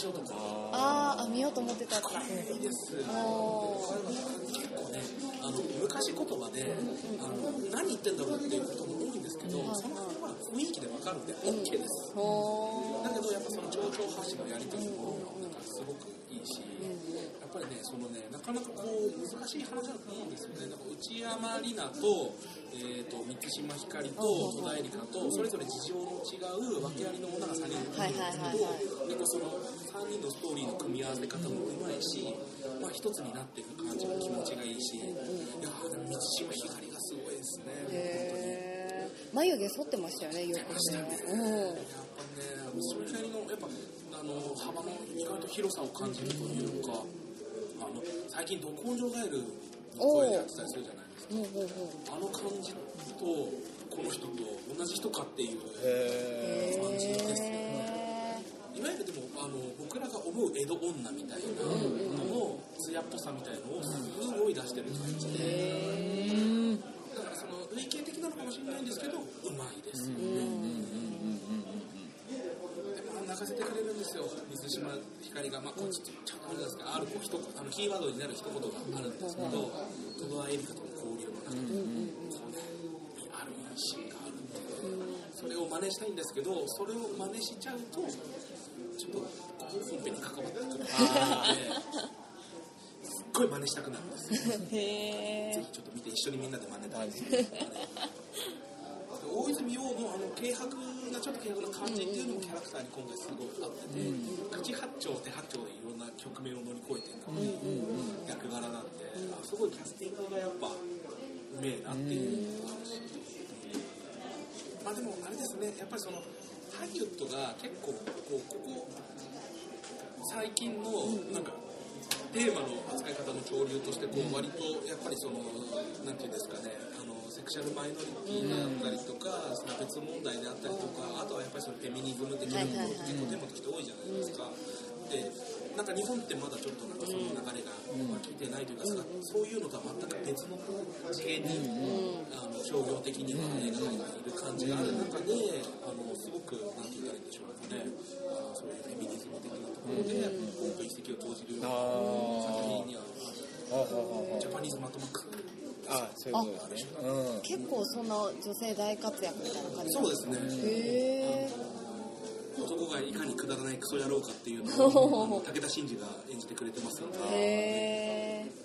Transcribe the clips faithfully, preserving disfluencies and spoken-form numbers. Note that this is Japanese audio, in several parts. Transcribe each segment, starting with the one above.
し男。 あーあ、見ようと思ってたやつだ。 いいです。結構ね、あの昔言葉で、あの何言ってんだろうっていうことも多いんですけど、その辺は雰囲気で分かるんで OK です。だけどやっぱその蝶々発信のやり取りもなんかすごくいいし、やっぱりね、そのね、なかなかこう難しい話だと思うんですよね。なんか内山里奈と、えー、と満島ひかりと戸田恵梨香とそれぞれ事情の違う訳ありの女がさんにんいるんですけど、でもそのさんにんのストーリーの組み合わせ方もうまいし、まあ、一つになっていく感じも気持ちがいいし、いやーでも満島ひかりがすごいですね。 へー、眉毛剃ってましたよね、よくね。うん、 やっぱね、それなりのやっぱあの幅の意外と広さを感じるというか、あの最近ど根性ガエルの声でやってたりするじゃないですか。うんうんうん、あの感じとこの人と同じ人かっていう感じですよね。いわゆるでもあの僕らが思う江戸女みたいなのの艶っぽさみたいなのをすごい出してる感じで、だからその類型的なのかもしれないんですけどうまいですよね。泣かせてくれるんですよ、水島ひかりが。まあ、こっちちょっとあれなんですか、あるこう一あのキーワードになる一言があるんですけど、戸田恵梨香との交流の中で、こうね、あるシーンがあるんで、それを真似したいんですけど、それを真似しちゃうと、ちょっと本編に関わってくるので、すっごい真似したくなるんですよ。へー。ぜひちょっと見て、一緒にみんなで真似たいです。大泉洋のあの軽薄なちょっと軽薄な感じっていうのもキャラクターに今回すごい合ってて、口八丁手八丁でいろんな局面を乗り越えていく役柄なんで、すごいキャスティングがやっぱうめえなっていうのがあるし、まあでもあれですね、やっぱりそのハリウッドが結構こうここ最近のなんかテーマの扱い方の潮流としてこう割とやっぱりそのなんていうんですかね、あのセクシャルマイノリティであったりとか差別問題であったりとか、あとはやっぱりそのフェミニズム的なものが結構テーマとして多いじゃないですか。でなんか日本ってまだちょっとなんかその流れが来てないというか、そういうのとは全く別の次元にあの商業的には映画がいる感じがある中で、あのすごくなんて言ったらいいんでしょうかね、あのそういうフェミニズム的なところで多く一石を投じるような作品にはジャパニーズマットマックス。 ああ、そういうことですね。うん、 結構その女性大活躍みたいな感じ。 そうですね。 へー。男がいかにくだらないクソ野郎かっていうのを武田真治が演じてくれてますので。 へー。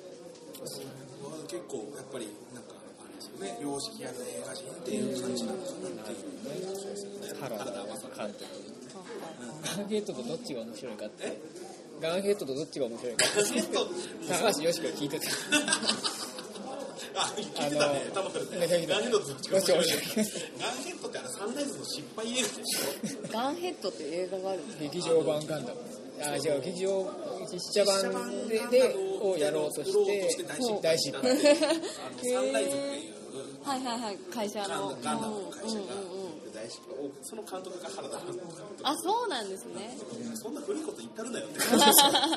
結構やっぱりなんかあれですよね、良識ある映画人っていう感じなのかなっていう感じですよね。 原田監督。ガンヘッドとどっちが面白いかって。ガンヘッドとどっちが面白いかって。高橋よしこが聞いてた。 あ、聞いてたね。多分ね。ガンヘッドとどっちが面白いか。ガンヘッドってあれサンライズの失敗映画でしょ。 ガンヘッドっていう映画があるんですか。 劇場版ガンダム。あ、じゃあ劇場実写版ででをやろうとして大失敗。 サンライズっていうはいはいはい会社のガンダムの会社が大失敗。その監督が原田監督。 あ、そうなんですね。 そんな古いこと言ったるなよって。 なる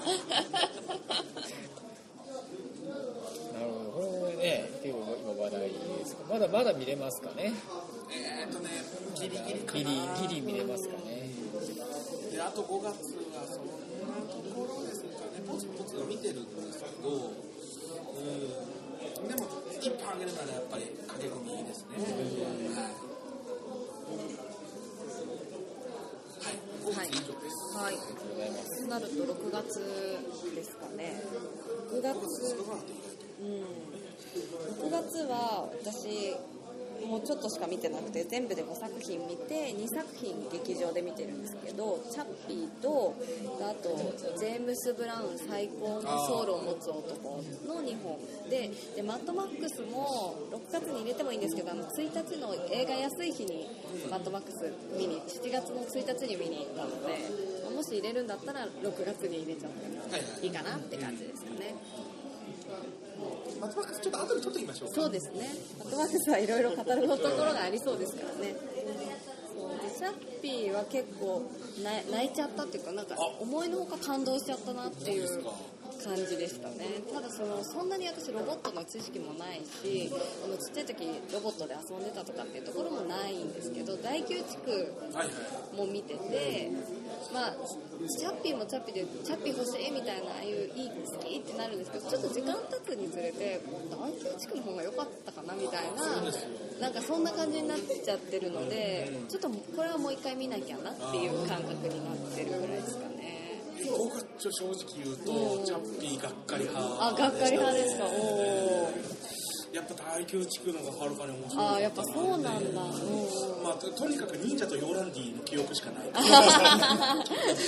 ほど、これもね、結構今話題ですが、まだまだ見れますかね。 えーっとね、ギリギリかな。 ギリギリ見れますかね。 で、あとごがつはそんなところですかね。ポツポツ見てるんですけど、うん、でも一本あげるならやっぱり駆け込みですね。はい。 はい、はい、となるとろくがつですかね。ろくがつ、うん、ろくがつは私もうちょっとしか見てなくて、全部でごさく品見てにさく品劇場で見てるんですけど、チャッピーとあとジェームス・ブラウン最高のソウルを持つ男のにほん で, でマッドマックスもろくがつに入れてもいいんですけど、あのついたちの映画安い日にマッドマックス見にしちがつのついたちに見に行ったので、もし入れるんだったらろくがつに入れちゃったらいいかなって感じですかね。 マッドマックスちょっと後で撮ってみましょうか。 そうですね。マッドマックスはいろいろ語るところがありそうですからね。そうでチャッピーは結構泣いちゃったっていうか、なんか思いのほか感動しちゃったなっていう感じでしたね。ただそのそんなに私ロボットの知識もないし、あのちっちゃい時ロボットで遊んでたとかっていうところもないんですけど、第きゅう地区も見てて、まあチャッピーもチャッピーでチャッピー欲しいみたいな、ああいういい好きってなるんですけど、ちょっと時間経つにつれて第きゅう地区の方が良かったかなみたいな、なんかそんな感じになっちゃってるので、ちょっとこれはもう一回見なきゃなっていう感覚になってるぐらいですかね。 僕は正直言うと、チャッピーがっかり派。 あ、がっかり派ですか。おやっぱ第きゅう地区の方がはるかに面白い。 あ、やっぱそうなんだ。 まあ、と, とにかく忍者とヨーランディの記憶しかない。 はいはいはいはい。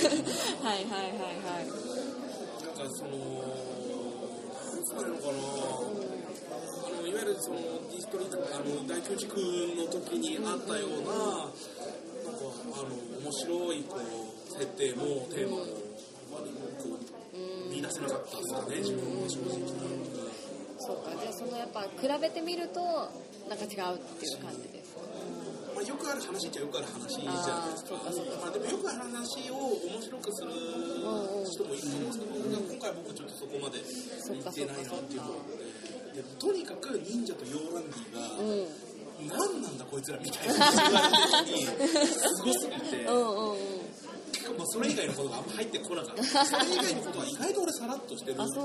なんかその、なんつうのかな、あのいわゆるそのディストリート、あの第きゅう地区の時にあったような、なんかあの面白いこう設定もテーマも、あまりこう見出せなかったですかね、自分は正直。 そうか、じゃあそのやっぱ比べてみるとなんか違うっていう感じですか。 まあ、よくある話っちゃよくある話じゃないですか。まあ、でもよくある話を面白くする人もいると思うんですけど、うんうん、今回僕ちょっとそこまで見てないなっていうので、とにかく忍者とヨーランディが、うん、何なんだこいつらみたいな感じにすごすぎて、うんうんうん、まあ、それ以外のことがあんま入ってこなかった。それ以外のことは意外と俺さらっとしてる気がして。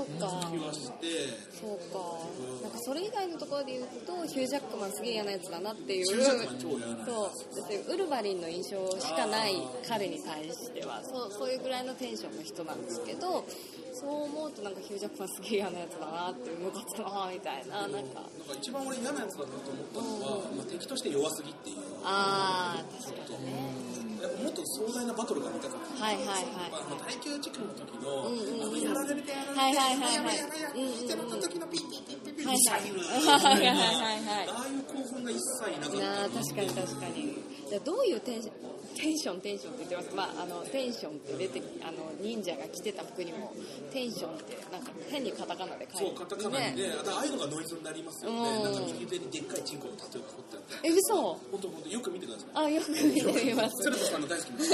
そうか、うん、なんかそれ以外のところで言うとヒュージャックマンすげえ嫌なやつだなっていう、 ヒュージャックマン超嫌なやつ。 そうだってウルヴァリンの印象しかない彼に対してはそう、そういうぐらいのテンションの人なんですけど、そう思うとなんかヒュージャックマンすげえ嫌なやつだなってムカつくなみたいな、なんか、なんか一番俺嫌なやつだなと思ったのは、うん、まあ、敵として弱すぎっていう。 ああ、確かにね。 やっぱもっと壮大なバトルが見たかった。 はいはいはい。 まあ、第きゅう地区の時の、うんうん、あのやられるやられる、 はいはいはいはい、 やばいやばいやばいってなった時のピッピッピッピッピッはいサイル、 はいはいはいはい、 ああいう興奮が一切なかった。 なあ、確かに確かに。じゃあどういうテンションテンションテンションって言ってます。まああのテンションって出て、あの忍者が着てた服にもテンションってなんか変にカタカナで書いて、 そうカタカナで、ね、ああいうのがノイズになりますよね。なんか右手にでっかいチンコのタトゥーが彫ってあって。 え、嘘？ 本当本当よく見てください。 あ、よく見てみます。 鶴田さんの大好きな。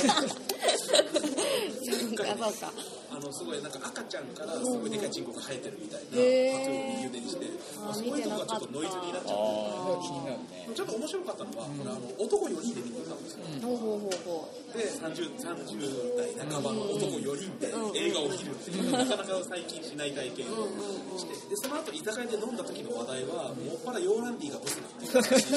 そうかそうか。 あのすごいなんか赤ちゃんからすごいでかいチンコが生えてるみたいなタトゥーを右腕にして、あそういうとこがちょっとノイズになっちゃって、ちょっと面白かったのは、これあの男よにんで見てたんですよ。 ほうほうほうほう。 でさんじゅう代半ばの男よにんで映画を見るっていうなかなか最近しない体験をして、でその後居酒屋で飲んだ時の話題はもっぱらヨーランディがブスだっていう話。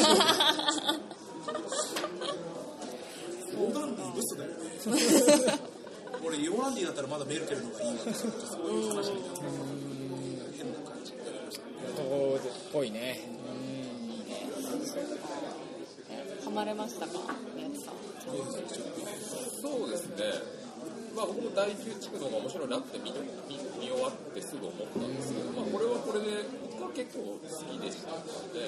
ヨーランディブスだよね。俺ヨーランディだったらまだメルケルの方がいいわけですよ。そういう話になって変な感じになりましたね。 男っぽいね。うん、いいね。 ハマれましたか、宮地さん。 そうですね。まあ僕も第きゅう地区の方が面白いなって見, 見, 見終わってすぐ思ったんですけど、まあこれはこれで僕は結構好きでしたので、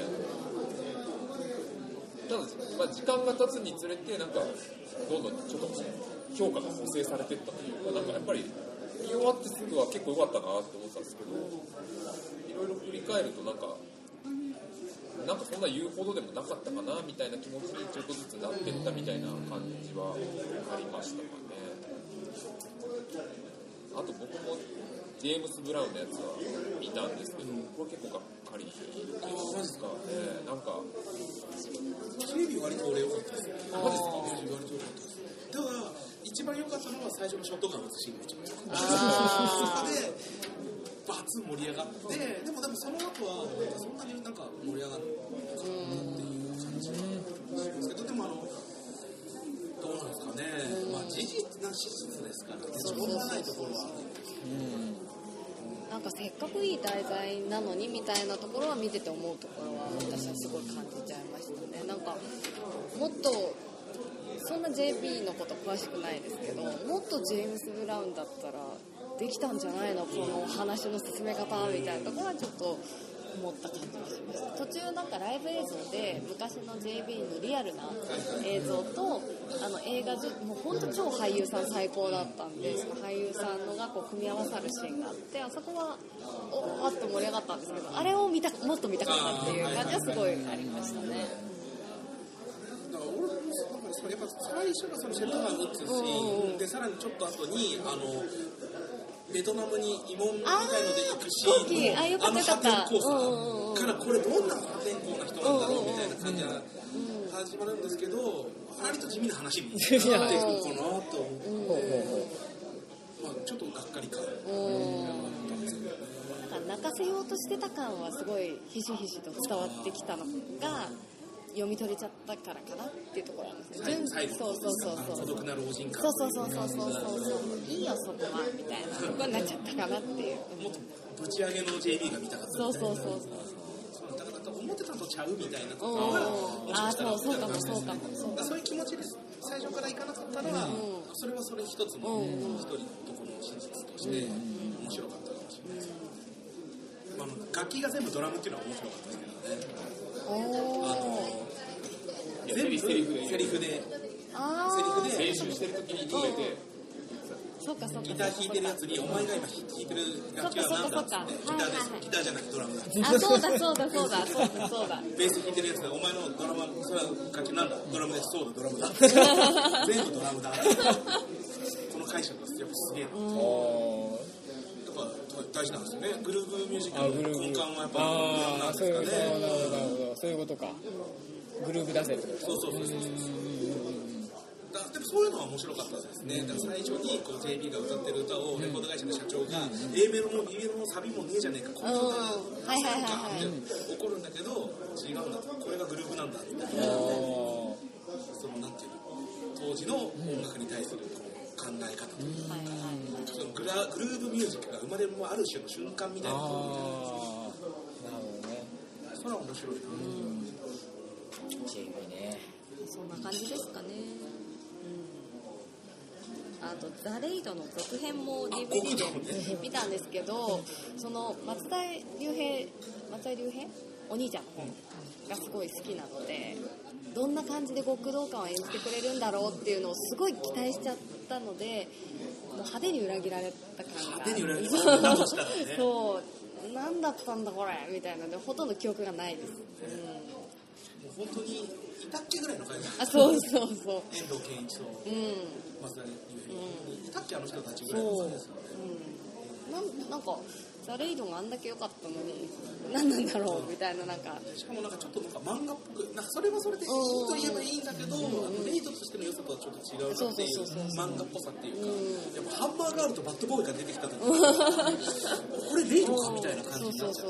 ただまあ時間が経つにつれてなんかどんどんちょっと評価が補正されていったというか、なんかやっぱり見終わってすぐは結構良かったなって思ってたんですけど、いろいろ振り返るとなんかなんかそんな言うほどでもなかったかなみたいな気持ちにちょっとずつなっていったみたいな感じはありましたかね。あと僕もジェームス・ブラウンのやつは見たんですけど、これ結構がっかりでしたね。なんかテレビ割と俺良かったですね。 マジですか？ 割と良かったです。ただ一番良かったのは最初のショットガンを打つシーンが一番良かった。そこでバツ盛り上がって、でもでもその後はそんなになんか盛り上がらなかったっていう感じなんですけど、でもあのどうなんですかね。まあ事実な事実ですからね。しょうがないところは。 なんかせっかくいい題材なのにみたいなところは見てて思うところは私はすごい感じちゃいましたね。なんかもっとそんな ジェイピー のこと詳しくないですけど、もっとジェームス・ブラウンだったらできたんじゃないのこの話の進め方みたいなところはちょっと思った感じがしました。途中なんかライブ映像で昔の ジェイビー のリアルな映像とあの映画じもう本当超俳優さん最高だったんで、その俳優さんのがこう組み合わさるシーンがあって、あそこはおーっと盛り上がったんですけど、あれを見たもっと見たかったっていう感じはすごいありましたね。 だから俺もやっぱ最初がそのシェルターガン打つシーンで、さらにちょっと後にあのベトナムに慰問みたいので行くシ飛行機ーンのあよかあのったよかった破天荒さうんうんうんからこれどんな破天荒な人なんだろうみたいな感じが始まるんですけど、割と地味な話になっていくかなと思って、まあ、ちょっとがっかり感があったんですけどね。 なんか泣かせようとしてた感はすごいひしひしと伝わってきたのが読み取れちゃったからかなっていうところなんですね。 最後そうそうそうそう孤独な老人感そうそうそうそうそうそういいよそこはみたいなとこになっちゃったかなっていう。 もっとぶち上げの ジェイビー が見たかったそうそうそうそうそうだから思ってたのとちゃうみたいなところがもしああかしたらそうそうかもそうかもそうかもそういう気持ちです最初からいかなかったら、うん、それはそれ一つの一人のところの真実として面白かったかもしれないです、まあ、あの楽器が全部ドラムっていうのは面白かったですけどね。あの全部セリフでセリフであセリフで練習してる時に止めてそうかそうかギター弾いてるやつにお前が今弾いてる楽器は何だっつってギターですギターじゃなくてドラムだあそうだそうだそうだそうだそうだベース弾いてるやつがお前のドラムそれは楽器なんだドラムですそうだドラムだ全部ドラムだこの解釈がやっぱすげえな大事なんですよね。グルーブミュージックの根幹はやっぱりなんですかね。 なるほどなるほどそういうことか。グルーブ出せってこと。 そうそうそうそうそう。だでもそういうのは面白かったですね。だから最初にこう ジェイビー が歌ってる歌をレコード会社の社長が A メロも B メロもサビもねえじゃねえかこんな歌出せるかって怒るんだけど違うんだこれがグルーブなんだみたいな。そのなんていうの当時の音楽に対するこう考え方というか、そのグラグルーブミュージックが生まれるある種の瞬間みたいなことをなるほどね。 それは面白いな。 ジェイビーね。 そんな感じですかね。うん、あとザレイドの続編も ディーブイディー で見たんですけど、その松田龍平松田龍平お兄ちゃんの方がすごい好きなので。どんな感じで極道感を演じてくれるんだろうっていうのをすごい期待しちゃったのでもう派手に裏切られた感が派手に裏切られた感がそう何だったんだこれみたいなのでほとんど記憶がないです、うん、 もう本当にいたっけぐらいの感じあそうそうそう遠藤健一と松田龍平いたっけあの人たちぐらいの感じですよね、 うん、なんなんかザレイドがあんだけ良かったのに何なんだろうみたいななんかしかもなんかちょっとなんか漫画っぽくなんかそれはそれでいいと言えばいいんだけど、あのレイドとしての良さとはちょっと違うなっていう漫画っぽさっていうか、やっぱハンマーガールとバッドボーイが出てきた時これレイドかみたいな感じになっちゃう。 そうそうそう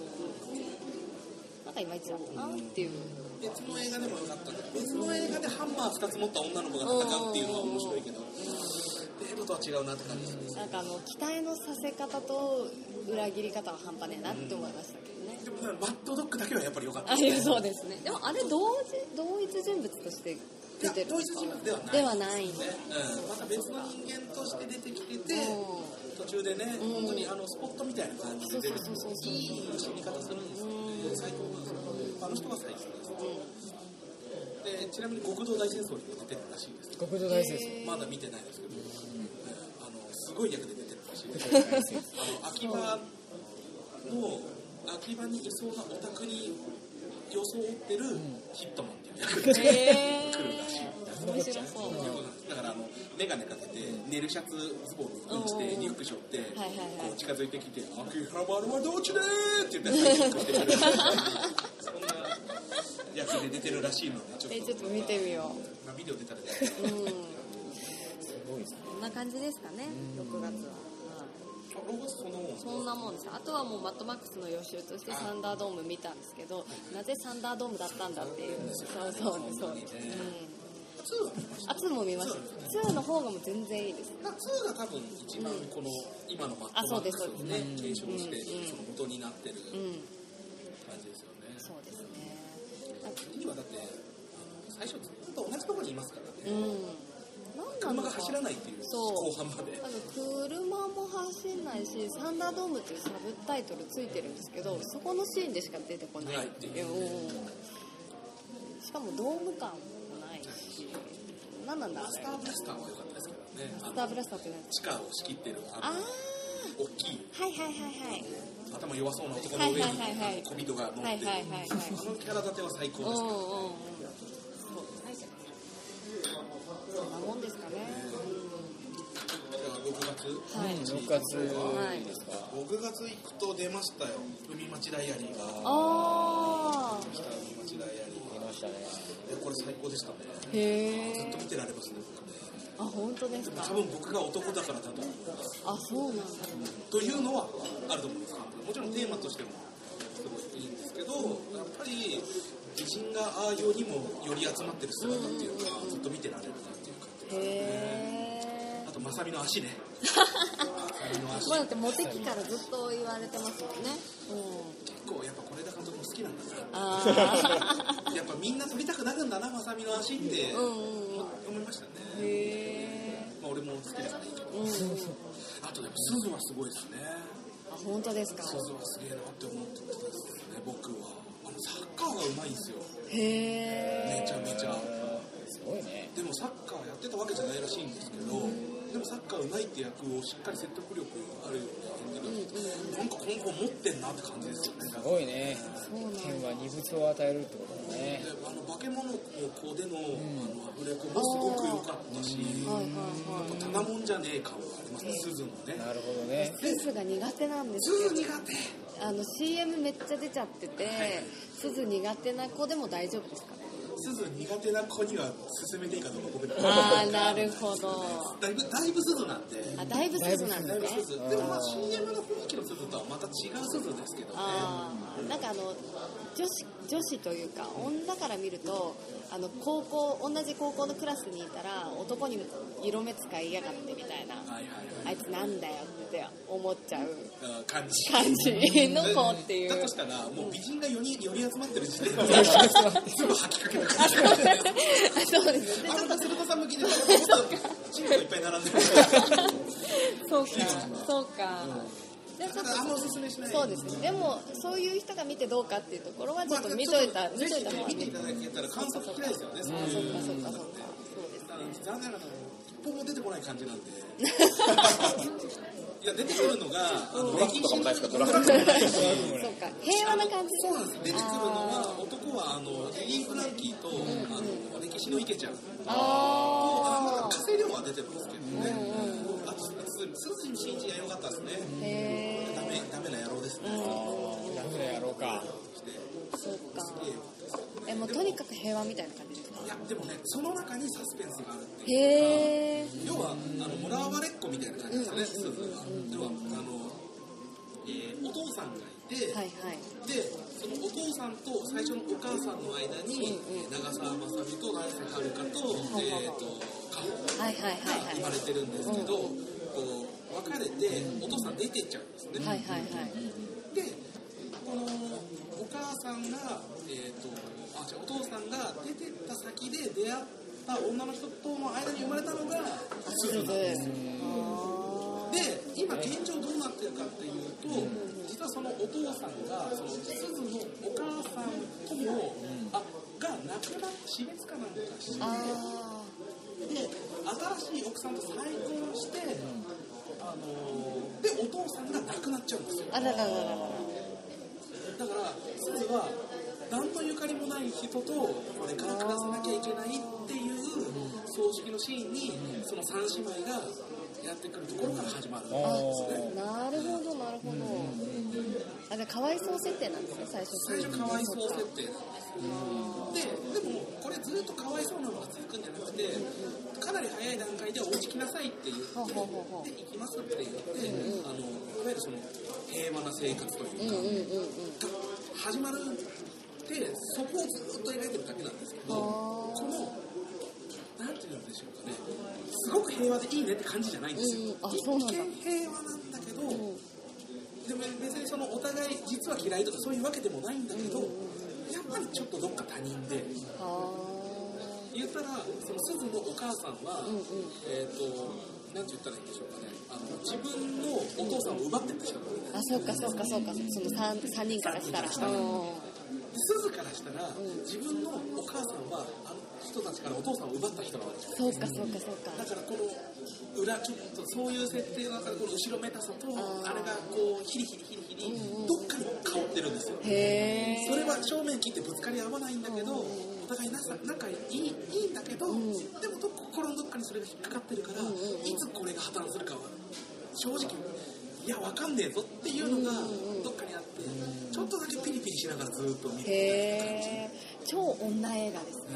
そうなんかいまいちだったなっていう。 別の映画でもよかったんだけど別の映画でハンマーふたつ持った女の子が戦うっていうのは面白いけどレイドとは違うなって感じですね。 なんかあの期待のさせ方と裏切り方は半端ねえなって思いましたけどね、 うん、でもマッドドッグだけはやっぱり良かったです、ね、あそうですね。でもあれ同時同一人物として出てる同一人物ではないではないんで、 うん、また別の人間として出てきてて、うん、途中でね、うん、本当にあのスポットみたいな感じで出てくるいい死に方するんですよね。最高なんですよ。あの人は最高です、うん、でちなみに極道大戦争にも出てるらしいです。 極道大戦争まだ見てないですけど、うん、あのすごい役で出てるらしいです。あの秋葉の秋葉にいそうなオタクに装ってるヒットマンっていう役で、えー、来るらしい。 面白そう。 だからあのメガネかけて寝るシャツズボンにしてリュック背負って、はいはいはい、こう近づいてきて「秋葉原はどっちでー?」って言ってサインしてくれるそんな役で出てるらしいのでちょっと、 えちょっと見てみよう。 まあ、ビデオ出たらね、うん、 すごいですね。 こんな感じですかね。ろくがつは。そんなもんです。あとはもうマッドマックスの予習としてサンダードーム見たんですけど、なぜサンダードームだったんだっていう。そうそうそう。うん。あ、ツーも見ました。ツーの方がもう全然いいです。 ツーが多分一番この今のマッドマックスをね継承してその元になってる感じですよね。 そうですね。 次はだって最初ずっと同じところにいますからね。 うん。 車が走らないっていう後半まで車も走んないしサンダードームっていうサブタイトルついてるんですけどそこのシーンでしか出てこないっていう、しかもドーム感もないし何なんだあれ。 マスターブラスターは良かったですけどね。 マスターブラスターって何地下を仕切ってるああ大きいはいはいはいはい頭弱そうな男の上に小人が乗ってる、はいはいはいはい、あのキャラ立ては最高ですけどね。そんなもんですかね。 ろくがつはいろくがつですか。 ろくがつ行くと出ましたよ、海町ダイアリーが。 あ海町ダイアリー出ましたね。 いやこれ最高でしたね。 ーへずっとえ。 見てられますね僕ね。 あ、本当ですか。 多分僕が男だからだと思う。 あ、そうなんだ。 というのはあると思うんです。もちろんテーマとしてもすごいいいんですけど、やっぱり美人がああいうにもより集まってる姿っていうか、ずっと見てられるなっていう感じ。 へあとまさみの足ね。まさみの足まあだってモテ期からずっと言われてますもんね。 結構やっぱ是枝監督も好きなんだな。 あやっぱみんな撮りたくなるんだな、まさみの足ってうんうんうん。 思いましたね。 へまあ俺も好きだからいいけど。 え。うんうん。 あとやっぱ鈴はすごいですね。 あ、本当ですか。 鈴はすげえなって思ってたんですよね、僕は。あのサッカーがうまいんですよ。 へえ。 めちゃめちゃ。 すごいね。 でもサッカーやってたわけじゃないらしいんですけど、でもサッカーうまいって役をしっかり説得力あるように演じる、なんか今後持ってんなって感じですよね。 すごいね。 そうなんだ。 剣は二物を与えるってことだね。 であの化け物の子での、あのアフレコもすごく良かったし、 はいはいやっぱただもんじゃねえ感はありますね、鈴のね。 なるほどね。 鈴が苦手なんです鈴よ。 苦手。 あの シーエム めっちゃ出ちゃってて、鈴苦手な子でも大丈夫ですか？ 鈴苦手な子には勧めていいかどうか僕であー、なるほど。 だいぶだいぶ鈴なんで。 あ、だいぶ鈴なんだいぶですね。 鈴。でもまあ シーエム の雰囲気の鈴とはまた違う鈴ですけどね。 あー、なんかあの女子女子というか女から見ると、あの高校同じ高校のクラスにいたら男に色目使いやがってみたいな、 はいはいあいつなんだよって思っちゃうはい。感じ。 感じの子っていう。 だとしたらもう美人がよにんより集まってる時点ですぐ吐きかける感じなんで。 そうですね。 あんな鶴子さん向きでチームがいっぱい並んでる。 そうか、そうか。でちょっとあんまおすすめしない。 そうですね。でもそういう人が見てどうかっていうところはちょっと見といた、見といた方がいい。 見ていただけたら観察嫌いですよね。そうあ、そっいうかそっかそっか。そうですね。 残念ながら一歩も出てこない感じなんで。いや出てくるのがドラッグとかもないですか？ドラッグ。 そうか、平和な感じ。 そうなんです。出てくるのは男はあのエリー・フランキーとあの歴史の池ちゃん。 あ火星量は出てるんですけどね。あと鈴木真一が良かったですね。 ー。へダメダメな野郎ですね。 ダメな野郎か。 ー。そうか。え、もうとにかく平和みたいな感じですか？ いやでもねその中にサスペンスがあるっていう。 へー。 要はあのもらわれっ子みたいな感じですね。鈴が要はあの、えー、お父さんがいて、 はいはい。 でそのお父さんと最初のお母さんの間に、えー長澤まさみと綾瀬はるかと、えー、とカホはいはいがはい生まれてるんですけど、こう別れてお父さん出てっちゃうんですね。 はいはいはい。 でこのお母さんが、えー、とあ違うお父さんが出てった先で出会った女の人との間に生まれたのが鈴なんですよ。で今現状どうなってるかっていうと、実はそのお父さんがその鈴のお母さんとも、あが亡くなって死別かなんかして、 あで新しい奥さんと再婚して、あのでお父さんが亡くなっちゃうんですよ。 ー。あららららら。 だから鈴は何のゆかりもない人とこれから暮らさなきゃいけないっていう葬式のシーンにその三姉妹がやってくるところから始まるんですね。 なるほどなるほど。あ、じゃあかわいそう設定なんですね、最初。 最初かわいそう設定なんですよ。で、でもこれずっとかわいそうなのが続くんじゃなくて、かなり早い段階でお家来なさいって言って、 ほうほうほうほうで行きますって言って、あのいわゆるその平和な生活というか、 うんうんうんうん。 始まるってそこをずっと描いてるだけなんですけど、このなんていうんでしょうかね、すごく平和でいいねって感じじゃないんですよ。 うんうん、あ、そうなんだ。 一見平和なんだけど、 うん、 でも別にそのお互い実は嫌いとかそういうわけでもないんだけど、やっぱりちょっとどっか他人で。 は言ったらその鈴のお母さんは、 うんうん、 えっ、ー、となんて言ったらいいんでしょうかね、あの自分のお父さんを奪ってった人なんあ、そうかそうかそうか、その 3, 三人からしたら。 鈴からしたら、うん、自分のお母さんはあの人たちからお父さんを奪った人なわけですよ。 そうかそうかそうか。 だからこの裏ちょっとそういう設定の中でこの後ろめたさと あ, あれがこうヒリヒリヒリヒリ、うんうん、どっかに香ってるんですよ。 へー。 それは正面切ってぶつかり合わないんだけど、うん、お互い仲いい、いいんだけど、うん、でもど心のどっかにそれが引っかかってるから、うんうんうん、いつこれが破綻するかは正直いやわかんねえぞっていうのがどっかにあって、ちょっとだけピリピリしながらずっと見てへー、超女映画ですね。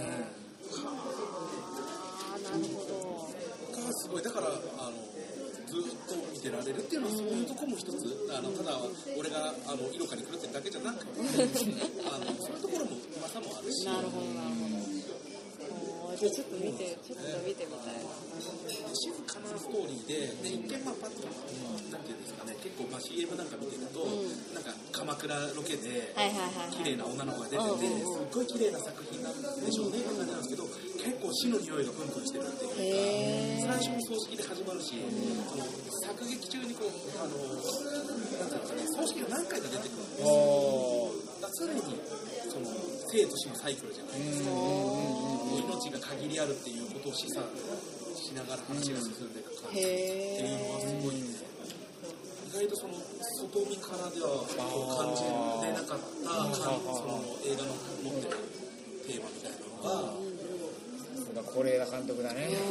あー、なるほど。 がすごいだからあのずっと見てられるっていうのはそういうとこも一つ、あのただ俺があの色化に狂ってるだけじゃなくてあのそういうところもまたもあるし。 なるほどなるほど。ちょっと見てちょっと見てみたい。 静かなストーリーで、で一見まあパッとなんていうんですかね、結構まあ シーエム なんか見てると、うん、なんか鎌倉ロケで綺麗な女の子が出てて、すっごい綺麗な作品なんでしょうねって感じなんですけど、結構死の匂いがプンプンしてるっていうか、最初の葬式で始まるし、その作劇中にこうあのなんていうんですかね、葬式が何回か出てくるんですよ。常にその生と死のサイクルじゃないですか。命が限りあるっていうことを示唆しながら話が進んでいく感じっていうのはすごい、ね、意外とその外見からでは感じれなかったその映画の持ってるテーマみたいなのが是枝監督だね。 是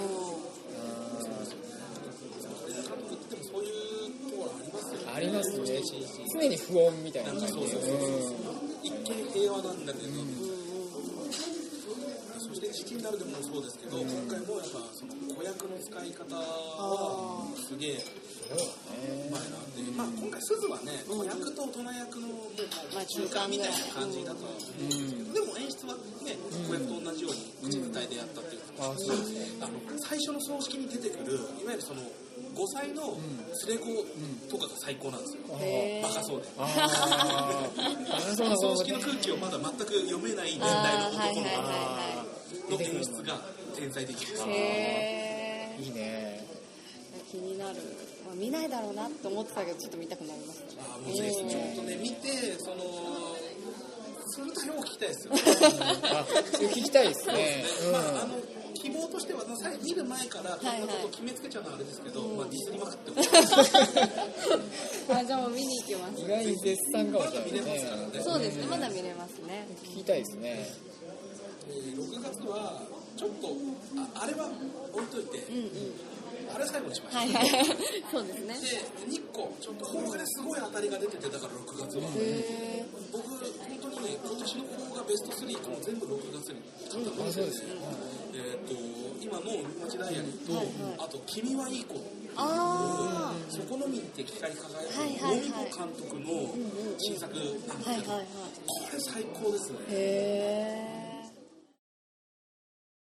枝監督ってでもそういうところありますよね。 ありますね。常に不穏みたいな感じで、 一見平和なんだけど、父になるでもそうですけど、今回もやっぱその子役の使い方はすげえうまいなって、まあ今回鈴はね、子役と大人役のもう中間みたいな感じだとは思うんですけど、でも演出はね、子役と同じように口伝えでやったっていうのが、あの最初の葬式に出てくるいわゆるそのごさいの連れ子とかが最高なんですよ。バカそうで。葬式の空気をまだ全く読めない年代の男の子の演出が天才的です。 へー、 いいね。 気になる。まあ、見ないだろうなって思ってたけどちょっと見たくなりましたね。 あもうぜひちょっとね見てそのその対応を聞きたいですよ。 あ、それ聞きたいですね。 まああの希望としては見る前からこんなことを決めつけちゃうのはあれですけど、はいはい、まあディスりまくってあ、じゃあもう見に行きます。 意外に絶賛かもしれないね。 そうですね、まだ見れますね。 聞きたいですね。 えー、ろくがつはちょっと あ, あれは置いといて、うんうん、あれ最後にしました。はいはい、 そうですね。 でにこちょっと邦画ですごい当たりが出てて、だからろくがつは僕本当にね今年の邦画ベストスリーとも全部ろくがつに買ったんですよ。えー、と今の「町ダイアリー」と、はいはい、あと「君はいい子」 あそこのみって光り輝くノミコ監督の新作なんですけど、これ最高ですね。 へー。